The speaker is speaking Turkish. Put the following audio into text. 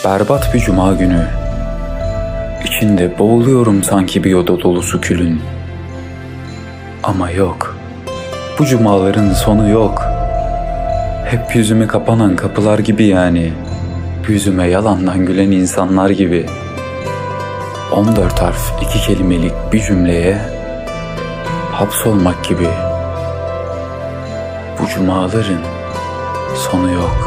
Berbat bir cuma günü. İçinde boğuluyorum sanki bir oda dolusu külün. Ama yok. Bu cumaların sonu yok. Hep yüzüme kapanan kapılar gibi yani. Yüzüme yalandan gülen insanlar gibi. 14 harf 2 kelimelik bir cümleye hapsolmak gibi. Bu cumaların sonu yok.